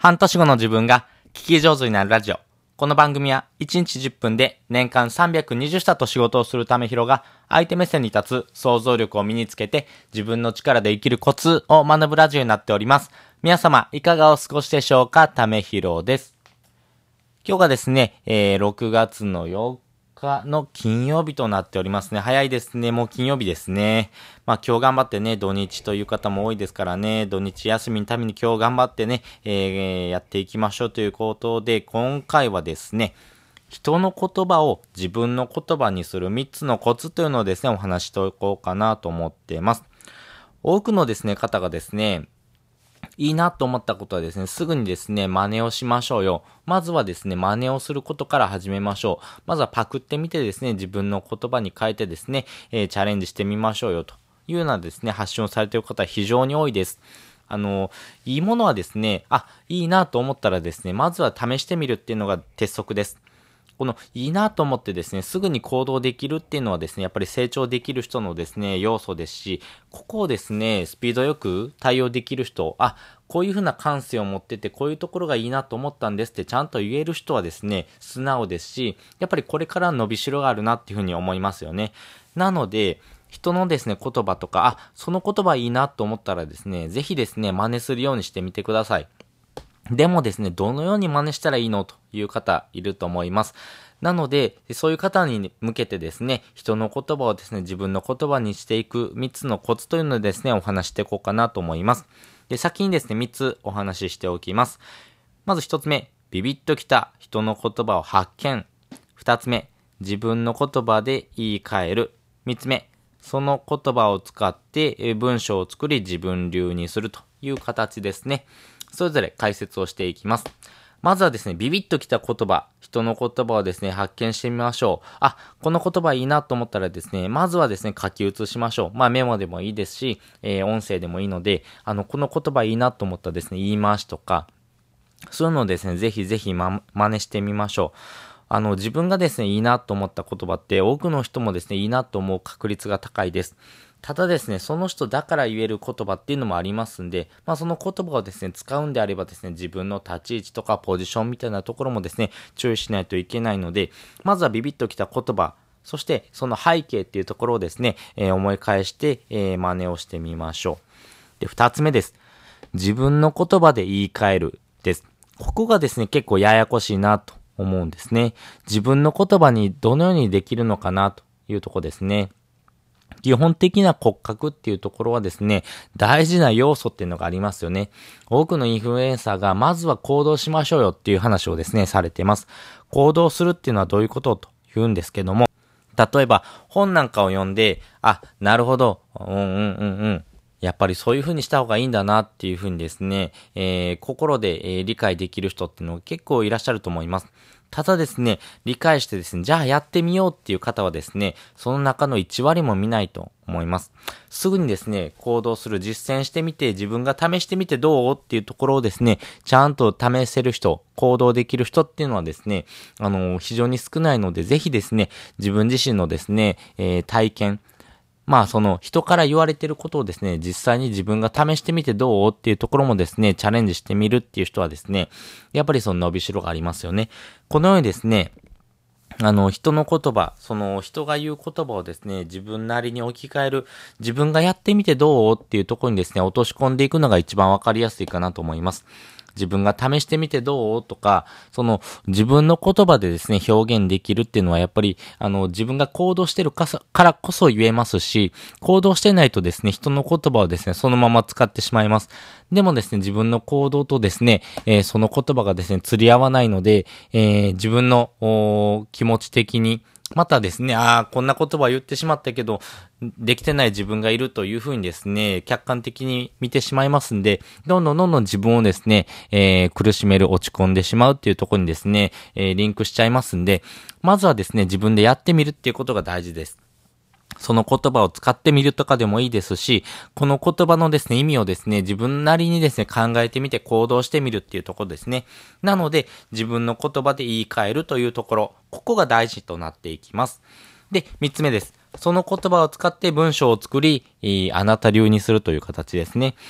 半年後の自分が聞き上手になるラジオ。この番組は1日10分で年間320社と仕事をするためひろが相手目線に立つ想像力を身につけて自分の力で生きるコツを学ぶラジオになっております。皆様いかがお過ごしでしょうか？ためひろです。今日がですね、6月の4日の金曜日となっておりますね。早いですね。もう金曜日ですね。今日頑張ってね、土日という方も多いですからね、土日休みのために今日頑張ってね、やっていきましょうということで、今回はですね、人の言葉を自分の言葉にする3つのコツというのをですね、お話ししておこうかなと思っています。多くのですね、方がですね、いいなと思ったことはですね、すぐにですね、真似をしましょうよ。まずはですね、真似をすることから始めましょう。まずはパクってみてですね、自分の言葉に変えてですね、チャレンジしてみましょうよというようなですね、発信をされている方は非常に多いです。いいものはですね、いいなと思ったらですね、まずは試してみるっていうのが鉄則です。このいいなと思ってですね、すぐに行動できるっていうのはですね、やっぱり成長できる人のですね、要素ですし、ここをですね、スピードよく対応できる人、こういうふうな感性を持ってて、こういうところがいいなと思ったんですってちゃんと言える人はですね、素直ですし、やっぱりこれから伸びしろがあるなっていうふうに思いますよね。なので、人のですね、言葉とか、その言葉いいなと思ったらですね、ぜひですね、真似するようにしてみてください。でもですね、どのように真似したらいいのという方いると思います。なので、そういう方に向けてですね、人の言葉をですね、自分の言葉にしていく3つのコツというのでですね、お話していこうかなと思います。で、先にですね、3つお話ししておきます。まず1つ目、ビビッときた人の言葉を発見。2つ目、自分の言葉で言い換える。3つ目、その言葉を使って文章を作り自分流にするという形ですね。それぞれ解説をしていきます。まずはですね、ビビッときた言葉、人の言葉をですね、発見してみましょう。この言葉いいなと思ったらですね、まずはですね、書き写しましょう。メモでもいいですし、音声でもいいので、この言葉いいなと思ったらですね、言い回しとか、そういうのをですね、ぜひぜひ真似してみましょう。自分がですね、いいなと思った言葉って、多くの人もですね、いいなと思う確率が高いです。ただですね、その人だから言える言葉っていうのもありますんで、その言葉をですね、使うんであればですね、自分の立ち位置とかポジションみたいなところもですね、注意しないといけないので、まずはビビッときた言葉、そしてその背景っていうところをですね、思い返して、真似をしてみましょう。で、二つ目です。自分の言葉で言い換えるです。ここがですね、結構ややこしいなと思うんですね。自分の言葉にどのようにできるのかなというところですね。基本的な骨格っていうところはですね、大事な要素っていうのがありますよね。多くのインフルエンサーがまずは行動しましょうよっていう話をですね、されています。行動するっていうのはどういうことと言うんですけども、例えば本なんかを読んで、なるほど、やっぱりそういう風にした方がいいんだなっていう風にですね、心で、理解できる人っていうのが結構いらっしゃると思います。ただですね、理解してですね、じゃあやってみようっていう方はですね、その中の1割も見ないと思います。すぐにですね、行動する、実践してみて、自分が試してみてどうっていうところをですね、ちゃんと試せる人、行動できる人っていうのはですね、非常に少ないので、ぜひですね、自分自身のですね、体験、その人から言われていることをですね、実際に自分が試してみてどうっていうところもですね、チャレンジしてみるっていう人はですね、やっぱりその伸びしろがありますよね。このようにですね、人の言葉、その人が言う言葉をですね、自分なりに置き換える、自分がやってみてどうっていうところにですね、落とし込んでいくのが一番わかりやすいかなと思います。自分が試してみてどうとか、その自分の言葉でですね、表現できるっていうのはやっぱり、自分が行動してるからこそ言えますし、行動してないとですね、人の言葉をですね、そのまま使ってしまいます。でもですね、自分の行動とですね、その言葉がですね、釣り合わないので、自分の気持ち的に、またですね、こんな言葉言ってしまったけど、できてない自分がいるというふうにですね、客観的に見てしまいますんで、どんどん自分をですね、苦しめる、落ち込んでしまうっていうところにですね、リンクしちゃいますんで、まずはですね、自分でやってみるっていうことが大事です。その言葉を使ってみるとかでもいいですし、この言葉のですね、意味をですね、自分なりにですね、考えてみて行動してみるっていうところですね。なので、自分の言葉で言い換えるというところ、ここが大事となっていきます。で、三つ目です。その言葉を使って文章を作り、あなた流にするという形ですね。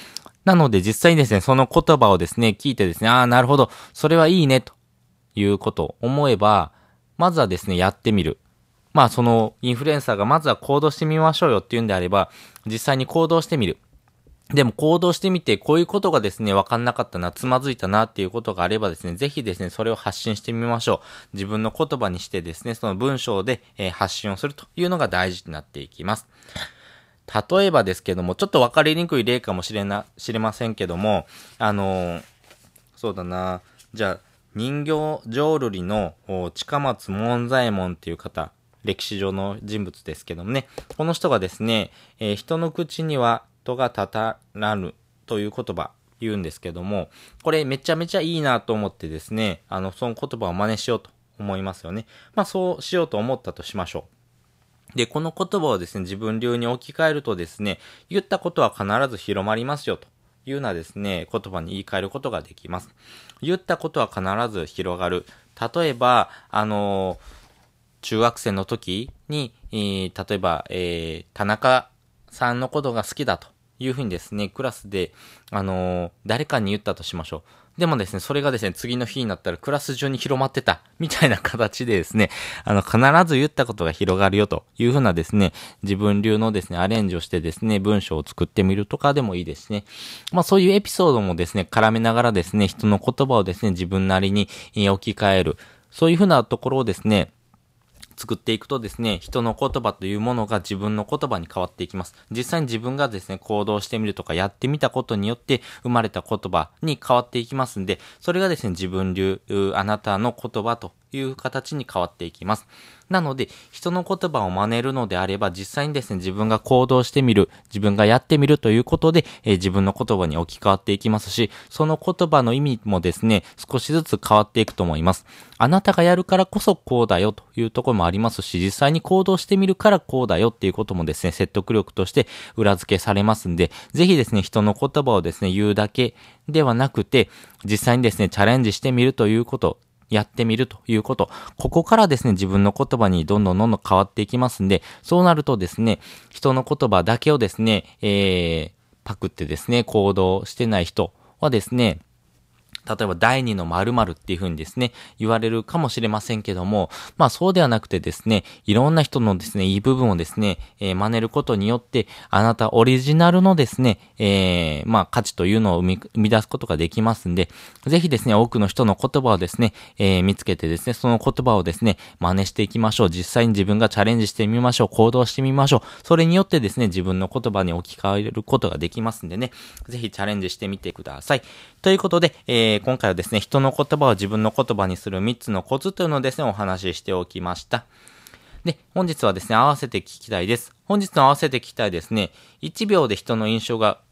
なので実際にですね、その言葉をですね、聞いてですね、ああ、なるほど、それはいいね、ということを思えば、まずはですね、やってみる。まあそのインフルエンサーがまずは行動してみましょうよっていうんであれば、実際に行動してみる。でも行動してみて、こういうことがですね、わかんなかったな、つまずいたなっていうことがあればですね、ぜひですね、それを発信してみましょう。自分の言葉にしてですね、その文章で、発信をするというのが大事になっていきます。例えばですけども、ちょっとわかりにくい例かもしれませんけども、そうだな、じゃあ、人形浄瑠璃の近松門左衛門っていう方、歴史上の人物ですけどもね、この人がですね、人の口には戸が立たらぬという言葉言うんですけども、これめちゃめちゃいいなと思ってですね、その言葉を真似しようと思いますよね。まあそうしようと思ったとしましょう。で、この言葉をですね、自分流に置き換えるとですね、言ったことは必ず広まりますよというようなですね、言葉に言い換えることができます。言ったことは必ず広がる。例えば、中学生の時に、例えば、田中さんのことが好きだというふうにですね、クラスで、誰かに言ったとしましょう。でもですね、それがですね、次の日になったらクラス中に広まってた、みたいな形でですね、必ず言ったことが広がるよというふうなですね、自分流のですね、アレンジをしてですね、文章を作ってみるとかでもいいですね。まあそういうエピソードもですね、絡めながらですね、人の言葉をですね、自分なりに置き換える。そういうふうなところをですね、作っていくとですね、人の言葉というものが自分の言葉に変わっていきます。実際に自分がですね、行動してみるとかやってみたことによって生まれた言葉に変わっていきますんで、それがですね、自分流、あなたの言葉という形に変わっていきます。なので、人の言葉を真似るのであれば、実際にですね、自分が行動してみる、自分がやってみるということで、自分の言葉に置き換わっていきますし、その言葉の意味もですね、少しずつ変わっていくと思います。あなたがやるからこそこうだよというところもありますし、実際に行動してみるからこうだよっていうこともですね、説得力として裏付けされますんで、ぜひですね、人の言葉をですね、言うだけではなくて、実際にですね、チャレンジしてみるということ、やってみるということ。ここからですね、自分の言葉にどんどん変わっていきますんで、そうなるとですね、人の言葉だけをですね、パクってですね、行動してない人はですね、例えば第二の〇〇っていう風にですね、言われるかもしれませんけども、まあそうではなくてですね、いろんな人のですね、いい部分をですね、真似ることによって、あなたオリジナルのですね、まあ価値というのを生み出すことができますんで、ぜひですね、多くの人の言葉をですね、見つけてですね、その言葉をですね、真似していきましょう。実際に自分がチャレンジしてみましょう。行動してみましょう。それによってですね、自分の言葉に置き換えることができますんでね、ぜひチャレンジしてみてください。ということで、今回はですね、人の言葉を自分の言葉にする3つのコツというのをですね、お話ししておきました。で、本日はですね、合わせて聞きたいです。本日の合わせて聞きたいですね、1秒で人の印象が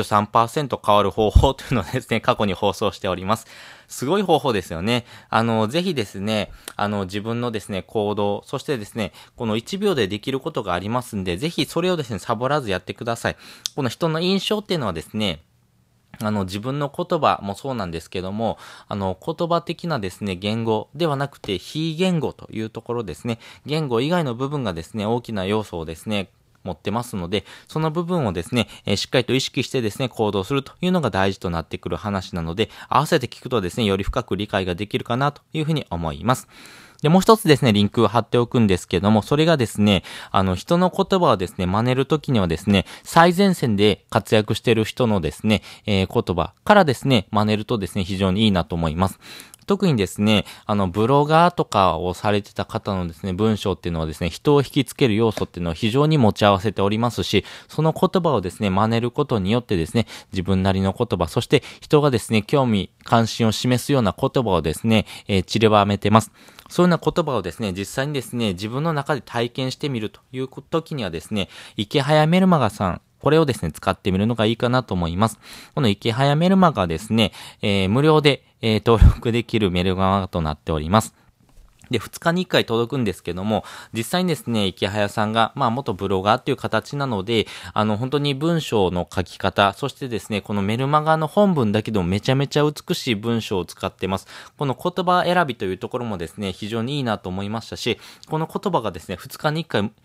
93% 変わる方法というのをですね、過去に放送しております。すごい方法ですよね。ぜひですね、自分のですね、行動、そしてですね、この1秒でできることがありますんで、ぜひそれをですね、サボらずやってください。この人の印象っていうのはですね、自分の言葉もそうなんですけども、言葉的なですね、言語ではなくて非言語というところですね、言語以外の部分がですね、大きな要素をですね、持ってますので、その部分をですね、しっかりと意識してですね、行動するというのが大事となってくる話なので、合わせて聞くとですね、より深く理解ができるかなというふうに思います。で、もう一つですね、リンクを貼っておくんですけども、それがですね、人の言葉をですね、真似るときにはですね、最前線で活躍している人のですね、言葉からですね、真似るとですね、非常にいいなと思います。特にですね、ブロガーとかをされてた方のですね、文章っていうのはですね、人を引きつける要素っていうのを非常に持ち合わせておりますし、その言葉をですね、真似ることによってですね、自分なりの言葉、そして人がですね、興味、関心を示すような言葉をですね、散りばめてます。そういうような言葉をですね、実際にですね、自分の中で体験してみるという時にはですね、池早メルマガさん、これをですね、使ってみるのがいいかなと思います。この池早メルマガですね、無料で、登録できるメルマガとなっております。で、2日に1回届くんですけども、実際にですね、池早さんが、まあ、元ブロガーっていう形なので、本当に文章の書き方、そしてですね、このメルマガの本文だけでもめちゃめちゃ美しい文章を使ってます。この言葉選びというところもですね、非常にいいなと思いましたし、この言葉がですね、2日に1回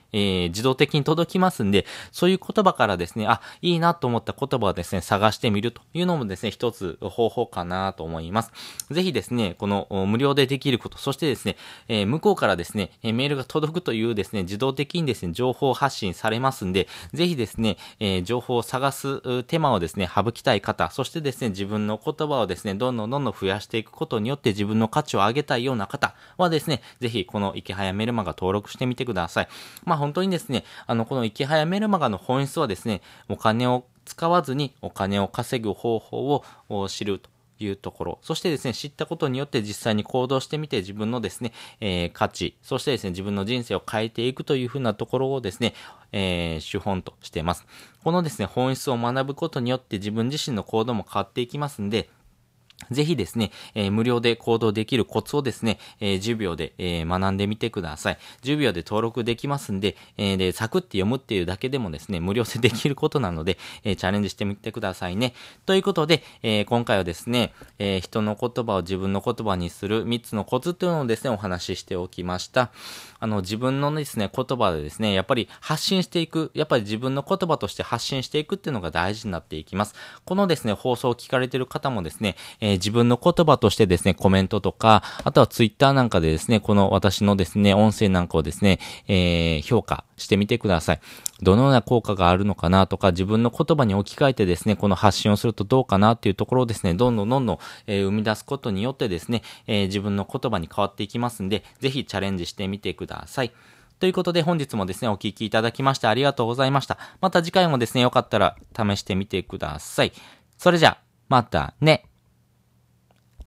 自動的に届きますんで、そういう言葉からですね、いいなと思った言葉をですね、探してみるというのもですね、一つ方法かなと思います。ぜひですね、この無料でできること、そしてですね、向こうからですね、メールが届くというですね、自動的にですね、情報発信されますんで、ぜひですね、情報を探す手間をですね、省きたい方、そしてですね、自分の言葉をですね、どんどん増やしていくことによって自分の価値を上げたいような方はですね、ぜひこの池早メルマガ登録してみてください。本当にですね、この池早メルマガの本質はですね、お金を使わずにお金を稼ぐ方法を知るというところ。そしてですね、知ったことによって実際に行動してみて自分のですね、価値、そしてですね、自分の人生を変えていくというふうなところをですね、手本としています。このですね、本質を学ぶことによって自分自身の行動も変わっていきますんで、ぜひですね、無料で行動できるコツをですね、10秒で、学んでみてください。10秒で登録できますんで、で、サクって読むっていうだけでもですね、無料でできることなので、チャレンジしてみてくださいね。ということで、今回はですね、人の言葉を自分の言葉にする3つのコツというのをですね、お話ししておきました。自分のですね、言葉でですね、やっぱり発信していく、やっぱり自分の言葉として発信していくっていうのが大事になっていきます。このですね、放送を聞かれている方もですね、自分の言葉としてですね、コメントとか、あとはツイッターなんかでですね、この私のですね、音声なんかをですね、評価してみてください。どのような効果があるのかなとか、自分の言葉に置き換えてですね、この発信をするとどうかなっていうところをですね、どんどん、生み出すことによってですね、自分の言葉に変わっていきますんで、ぜひチャレンジしてみてください。ということで本日もですね、お聞きいただきましてありがとうございました。また次回もですね、よかったら試してみてください。それじゃ、またね。